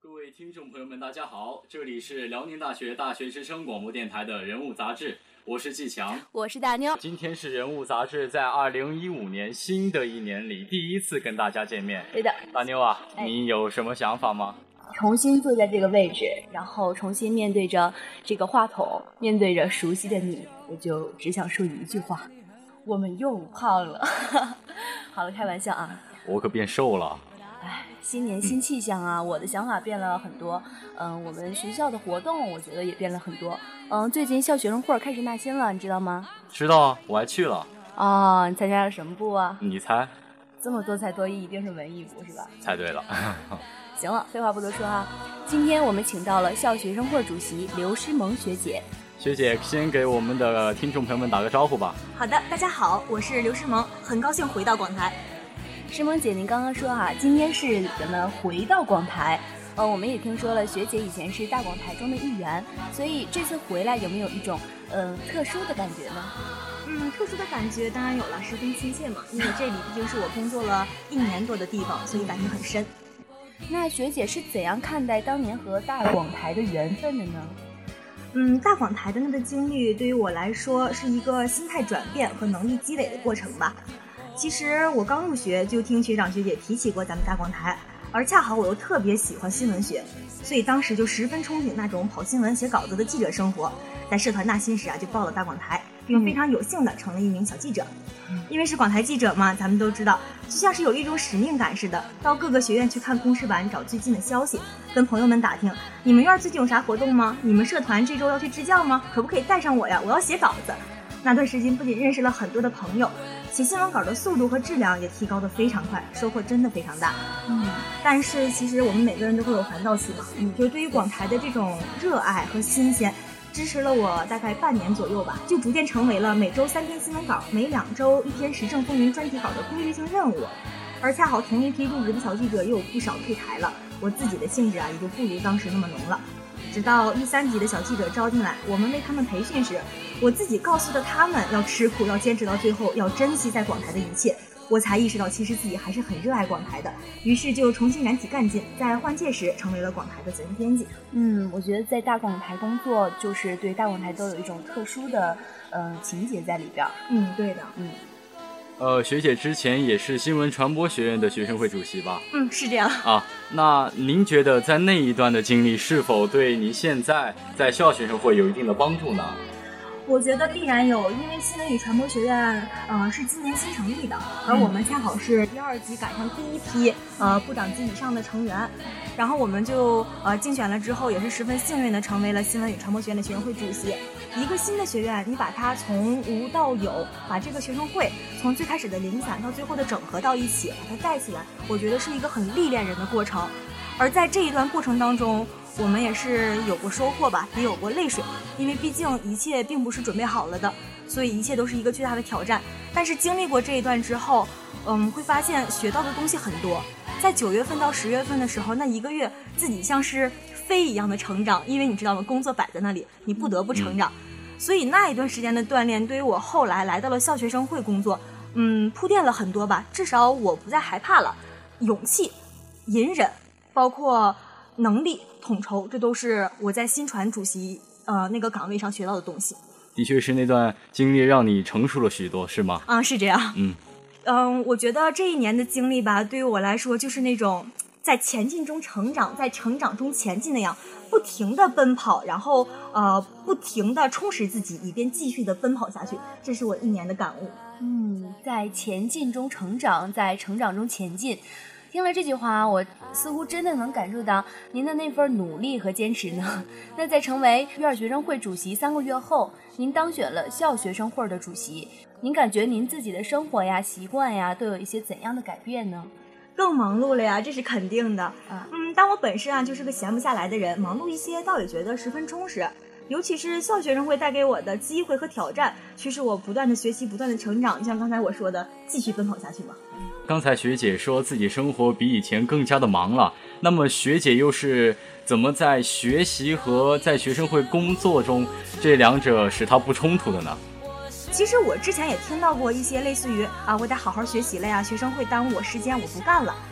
各位听众朋友们，大家好，这里是辽宁大学大学之声广播电台的人物杂志，我是季强， 我是大妞。 今天是人物杂志在2015年新的一年里第一次跟大家见面。 对的， 大妞啊，你有什么想法吗？ 重新坐在这个位置，然后重新面对着这个话筒，面对着熟悉的你，我就只想说一句话：我们又胖了。好了，开玩笑啊。 我可变瘦了。 哎，新年新气象啊，我的想法变了很多。我们学校的活动我觉得也变了很多。最近校学生会开始纳新了，你知道吗？ 知道啊，我还去了。 哦，你参加了什么部啊？ 你猜？ 这么多才多艺，一定是文艺部是吧？ 猜对了。 行了，废话不多说啊，今天我们请到了校学生会主席刘诗萌学姐。 学姐先给我们的听众朋友们打个招呼吧。 好的，大家好，我是刘诗萌，很高兴回到广台。 诗萌姐，您刚刚说今天是咱们回到广台，我们也听说了学姐以前是大广台中的一员，所以这次回来有没有一种特殊的感觉呢？ 特殊的感觉当然有了，十分亲切嘛，因为这里毕竟是我工作了1年多的地方，所以感情很深。 那学姐是怎样看待当年和大广台的缘分的呢？ 大广台的那个经历对于我来说是一个心态转变和能力积累的过程吧。其实我刚入学就听学长学姐提起过咱们大广台，而恰好我又特别喜欢新闻学，所以当时就十分憧憬那种跑新闻写稿子的记者生活。在社团纳新时就报了大广台，并非常有幸的成了一名小记者。因为是广台记者嘛，咱们都知道，就像是有一种使命感似的，到各个学院去看公示板找最近的消息，跟朋友们打听你们院最近有啥活动吗？你们社团这周要去支教吗？可不可以带上我呀？我要写稿子。那段时间不仅认识了很多的朋友，写新闻稿的速度和质量也提高得非常快，收获真的非常大。但是其实我们每个人都会有烦躁期嘛，就对于广台的这种热爱和新鲜，支持了我大概半年左右吧，就逐渐成为了每周3篇新闻稿，每2周1篇时政风云专题稿的规律性任务。而恰好同一批入职的小记者又有不少退台了，我自己的性质也就不如当时那么浓了。直到1、3级的小记者招进来，我们为他们培训时，我自己告诉的他们要吃苦，要坚持到最后，要珍惜在广台的一切，我才意识到其实自己还是很热爱广台的，于是就重新燃起干劲，在换届时成为了广台的责任编辑。 我觉得在大广台工作，就是对大广台都有一种特殊的情节在里边。 对的。 学姐之前也是新闻传播学院的学生会主席吧？ 是这样啊。那您觉得在那一段的经历是否对您现在在校学生会有一定的帮助呢？ 我觉得必然有，因为新闻与传播学院是今年新成立的，而我们恰好是1、2级赶上第一批部长级以上的成员，然后我们就竞选了之后，也是十分幸运的成为了新闻与传播学院的学生会主席。一个新的学院，你把它从无到有，把这个学生会从最开始的零散到最后的整合到一起，把它带起来，我觉得是一个很历练人的过程。而在这一段过程当中，我们也是有过收获吧，也有过泪水，因为毕竟一切并不是准备好了的，所以一切都是一个巨大的挑战。但是经历过这一段之后，会发现学到的东西很多。在9月份到10月份的时候，那1个月自己像是飞一样的成长，因为你知道吗，工作摆在那里，你不得不成长。所以那一段时间的锻炼，对于我后来来到了校学生会工作，铺垫了很多吧。至少我不再害怕了，勇气、隐忍，包括能力、统筹，这都是我在新传主席那个岗位上学到的东西。 的确是那段经历让你成熟了许多，是吗？ 是这样。我觉得这一年的经历吧，对于我来说就是那种在前进中成长，在成长中前进那样，不停的奔跑，然后不停的充实自己，以便继续的奔跑下去。这是我1年的感悟。 在前进中成长，在成长中前进。听了这句话，我似乎真的能感受到您的那份努力和坚持呢。那在成为院学生会主席3个月后，您当选了校学生会的主席，您感觉您自己的生活呀、习惯呀，都有一些怎样的改变呢？ 更忙碌了呀，这是肯定的。当我本身就是个闲不下来的人，忙碌一些倒也觉得十分充实。尤其是校学生会带给我的机会和挑战，驱使我不断的学习，不断的成长。就像刚才我说的，继续奔跑下去嘛。 刚才学姐说自己生活比以前更加的忙了，那么学姐又是怎么在学习和在学生会工作中这两者使它不冲突的呢？ 其实我之前也听到过一些类似于我得好好学习了呀，学生会耽误我时间，我不干了。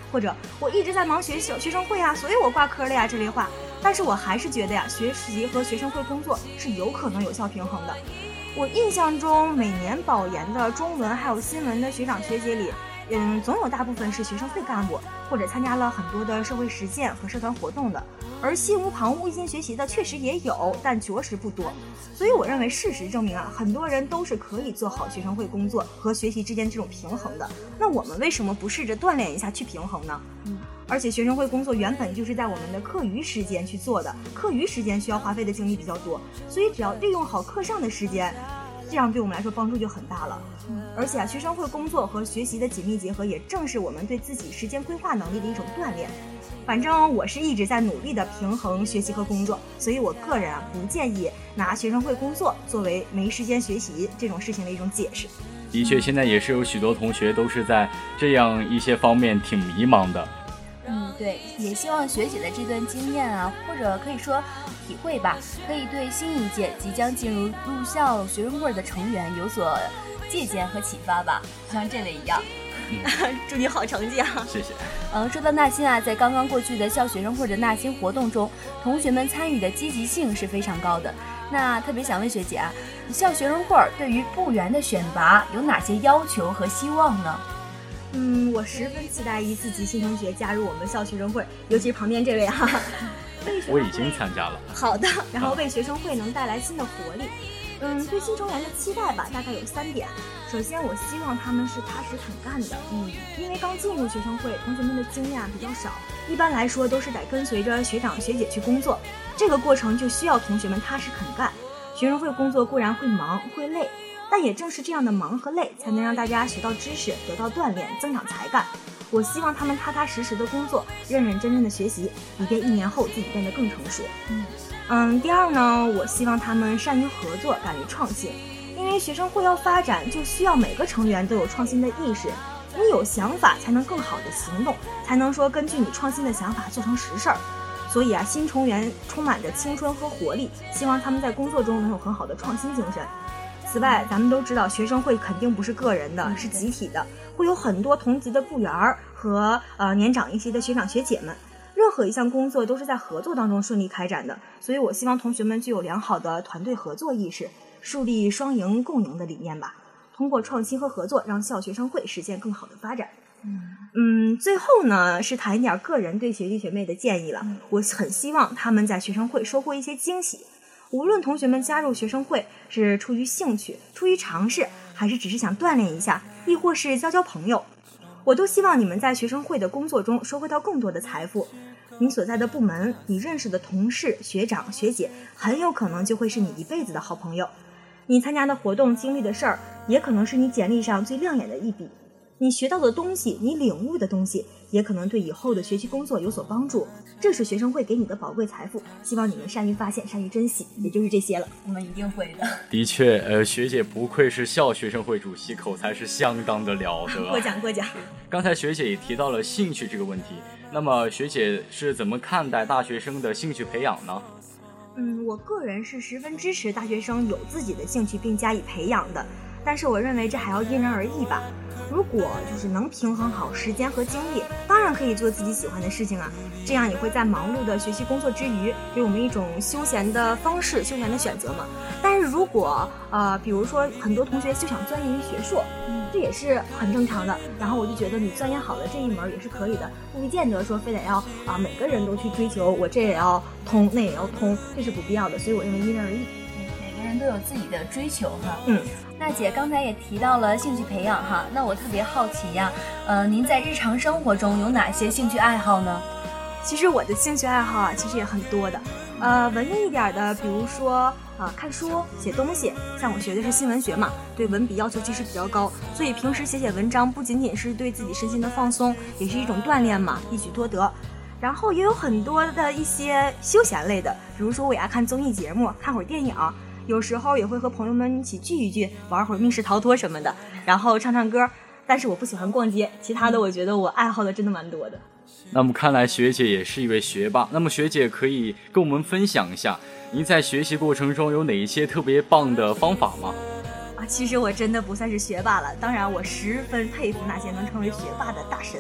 或者我一直在忙学生会啊，所以我挂科了呀这类话。但是我还是觉得呀，学习和学生会工作是有可能有效平衡的。我印象中，每年保研的中文还有新闻的学长学姐里，总有大部分是学生会干部，或者参加了很多的社会实践和社团活动的。而心无旁骛一心学习的确实也有，但着实不多。所以我认为事实证明啊，很多人都是可以做好学生会工作和学习之间这种平衡的。那我们为什么不试着锻炼一下去平衡呢？而且学生会工作原本就是在我们的课余时间去做的，课余时间需要花费的精力比较多，所以只要利用好课上的时间，这样对我们来说帮助就很大了。而且学生会工作和学习的紧密结合，也正是我们对自己时间规划能力的一种锻炼。反正我是一直在努力的平衡学习和工作，所以我个人不建议拿学生会工作作为没时间学习这种事情的一种解释。 的确，现在也是有许多同学都是在这样一些方面挺迷茫的。 对，也希望学姐的这段经验啊，或者可以说体会吧，可以对新一届即将进入校学生会的成员有所借鉴和启发吧，就像这位一样。 祝你好成绩啊！ 谢谢。 说到纳新啊，在刚刚过去的校学生会的纳新活动中，同学们参与的积极性是非常高的。那特别想问学姐啊，校学生会对于部员的选拔有哪些要求和希望呢？ 我十分期待一四级新同学加入我们校学生会，尤其是旁边这位哈。 我已经参加了。 好的，然后为学生会能带来新的活力。对新成员的期待吧，大概有3点。首先，我希望他们是踏实肯干的。因为刚进入学生会，同学们的经验比较少，一般来说都是得跟随着学长学姐去工作，这个过程就需要同学们踏实肯干。学生会工作固然会忙会累，但也正是这样的忙和累，才能让大家学到知识，得到锻炼，增长才干。我希望他们踏踏实实的工作，认认真真的学习，以便1年后自己变得更成熟。第二呢，我希望他们善于合作，敢于创新。因为学生会要发展，就需要每个成员都有创新的意识。你有想法，才能更好的行动，才能说根据你创新的想法做成实事儿。所以新成员充满着青春和活力，希望他们在工作中能有很好的创新精神。此外，咱们都知道学生会肯定不是个人的，是集体的，会有很多同级的部员和年长一些的学长学姐们。任何一项工作都是在合作当中顺利开展的，所以我希望同学们具有良好的团队合作意识，树立双赢共赢的理念吧。通过创新和合作，让校学生会实现更好的发展。最后呢，是谈一点个人对学弟学妹的建议了。我很希望他们在学生会收获一些惊喜。无论同学们加入学生会是出于兴趣、出于尝试，还是只是想锻炼一下，亦或是交朋友，我都希望你们在学生会的工作中收获到更多的财富。你所在的部门，你认识的同事、学长、学姐，很有可能就会是你一辈子的好朋友。你参加的活动、经历的事儿，也可能是你简历上最亮眼的一笔。你学到的东西，你领悟的东西，也可能对以后的学习工作有所帮助。这是学生会给你的宝贵财富，希望你们善于发现，善于珍惜。也就是这些了， 我们一定会的。 的确，学姐不愧是校学生会主席，口才是相当的了得。 过奖过奖。 刚才学姐也提到了兴趣这个问题，那么学姐是怎么看待大学生的兴趣培养呢？ 我个人是十分支持大学生有自己的兴趣并加以培养的，但是我认为这还要因人而异吧。如果就是能平衡好时间和精力，当然可以做自己喜欢的事情啊，这样也会在忙碌的学习工作之余，给我们一种休闲的方式、休闲的选择嘛。但是如果比如说很多同学就想钻研于学硕，这也是很正常的。然后我就觉得你钻研好了这一门也是可以的，不见得说非得要每个人都去追求我这也要通那也要通，这是不必要的。所以我认为因人而异。 每个人都有自己的追求哈。那姐刚才也提到了兴趣培养哈，那我特别好奇呀，您在日常生活中有哪些兴趣爱好呢？ 其实我的兴趣爱好其实也很多的，文艺一点的，比如说看书、写东西。像我学的是新闻学嘛，对文笔要求其实比较高，所以平时写文章不仅仅是对自己身心的放松，也是一种锻炼嘛，一举多得。然后也有很多的一些休闲类的，比如说我也爱看综艺节目，看会儿电影。有时候也会和朋友们一起聚一聚，玩会儿密室逃脱什么的，然后唱唱歌。但是我不喜欢逛街，其他的我觉得我爱好的真的蛮多的。 那么看来学姐也是一位学霸，那么学姐可以跟我们分享一下您在学习过程中有哪一些特别棒的方法吗？ 其实我真的不算是学霸了，当然我十分佩服那些能成为学霸的大神。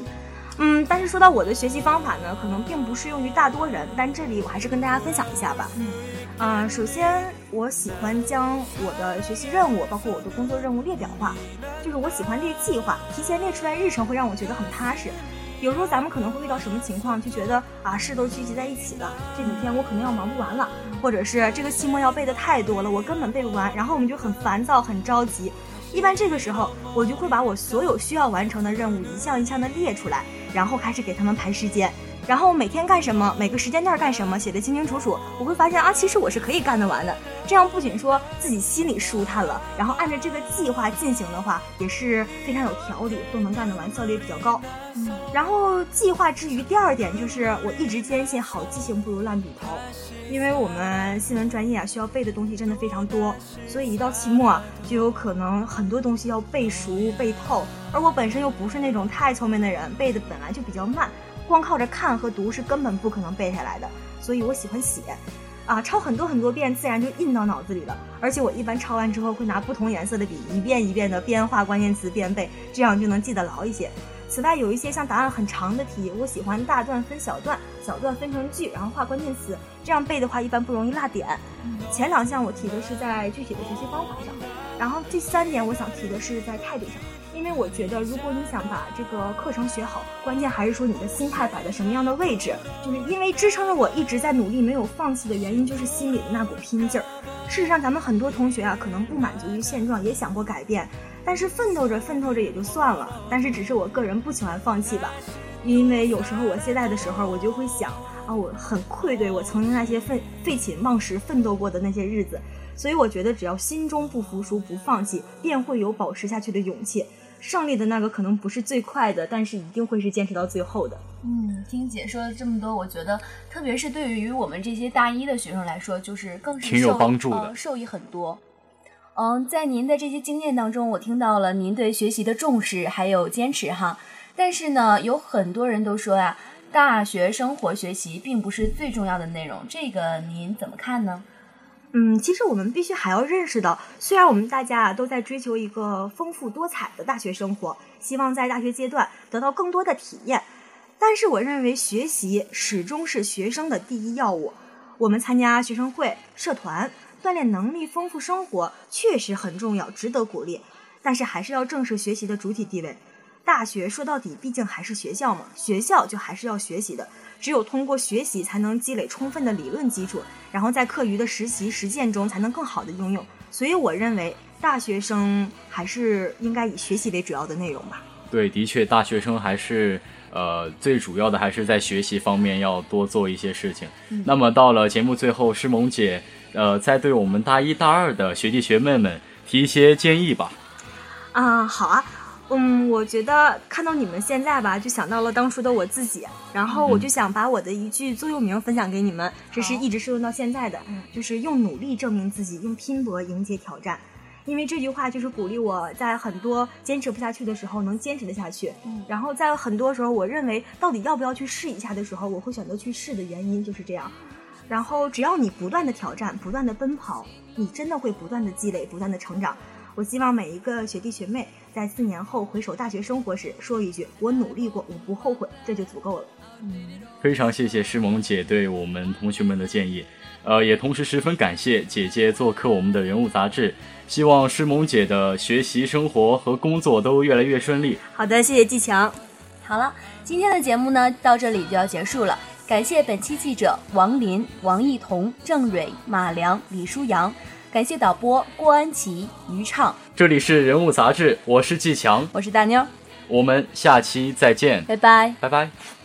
但是说到我的学习方法呢，可能并不适用于大多人，但这里我还是跟大家分享一下吧。首先我喜欢将我的学习任务，包括我的工作任务列表化，就是我喜欢列计划，提前列出来日程会让我觉得很踏实。有时候咱们可能会遇到什么情况，就觉得事都聚集在一起了，这几天我可能要忙不完了，或者是这个期末要背的太多了，我根本背不完，然后我们就很烦躁很着急。一般这个时候我就会把我所有需要完成的任务一项一项的列出来，然后开始给他们排时间，然后每天干什么，每个时间段干什么，写得清清楚楚。我会发现其实我是可以干得完的。这样不仅说自己心里舒坦了，然后按照这个计划进行的话，也是非常有条理，都能干得完，效率也比较高。然后计划之余，第二点就是我一直坚信好记性不如烂笔头，因为我们新闻专业需要背的东西真的非常多，所以一到期末就有可能很多东西要背熟背透，而我本身又不是那种太聪明的人，背的本来就比较慢，光靠着看和读是根本不可能背下来的，所以我喜欢写抄很多很多遍，自然就印到脑子里了。而且我一般抄完之后会拿不同颜色的笔一遍一遍的边画关键词边背，这样就能记得牢一些。此外有一些像答案很长的题，我喜欢大段分小段，小段分成句，然后画关键词，这样背的话一般不容易落点。前两项我提的是在具体的学习方法上，然后第三点我想提的是在态度上。因为我觉得如果你想把这个课程学好，关键还是说你的心态摆在什么样的位置。就是因为支撑着我一直在努力没有放弃的原因，就是心里的那股拼劲儿。事实上咱们很多同学可能不满足于现状，也想过改变，但是奋斗着也就算了，但是只是我个人不喜欢放弃吧。因为有时候我懈怠的时候，我就会想我很愧对我曾经那些废寝忘食奋斗过的那些日子。所以我觉得只要心中不服输不放弃，便会有保持下去的勇气。胜利的那个可能不是最快的，但是一定会是坚持到最后的。 听姐说了这么多，我觉得特别是对于我们这些大一的学生来说，就是更是挺有帮助的， 受益很多。在您的这些经验当中，我听到了您对学习的重视还有坚持哈。但是呢，有很多人都说大学生活学习并不是最重要的内容，这个您怎么看呢？ 其实我们必须还要认识到，虽然我们大家都在追求一个丰富多彩的大学生活，希望在大学阶段得到更多的体验，但是我认为学习始终是学生的第一要务。我们参加学生会、社团，锻炼能力、丰富生活，确实很重要，值得鼓励，但是还是要正视学习的主体地位。大学说到底毕竟还是学校嘛，学校就还是要学习的，只有通过学习才能积累充分的理论基础，然后在课余的实习实践中才能更好的应用。所以我认为大学生还是应该以学习为主要的内容吧。 对，的确大学生还是最主要的还是在学习方面要多做一些事情。那么到了节目最后，诗萌姐再对我们大一大二的学弟学妹们提一些建议吧。 好啊。我觉得看到你们现在吧，就想到了当初的我自己，然后我就想把我的一句座右铭分享给你们，这是一直适用到现在的，就是用努力证明自己，用拼搏迎接挑战。因为这句话就是鼓励我在很多坚持不下去的时候能坚持得下去，然后在很多时候我认为到底要不要去试一下的时候，我会选择去试的原因就是这样。然后只要你不断的挑战，不断的奔跑，你真的会不断的积累，不断的成长。我希望每一个学弟学妹在4年后回首大学生活时说一句，我努力过，我不后悔，这就足够了。 非常谢谢诗萌姐对我们同学们的建议，也同时十分感谢姐姐做客我们的人物杂志，希望诗萌姐的学习生活和工作都越来越顺利。 好的，谢谢季强。 好了，今天的节目呢到这里就要结束了，感谢本期记者王林、王艺彤、郑蕊、马良、李舒阳，感谢导播郭安琪、于畅。 这里是人物杂志，我是季强， 我是大妞， 我们下期再见， 拜拜， 拜拜。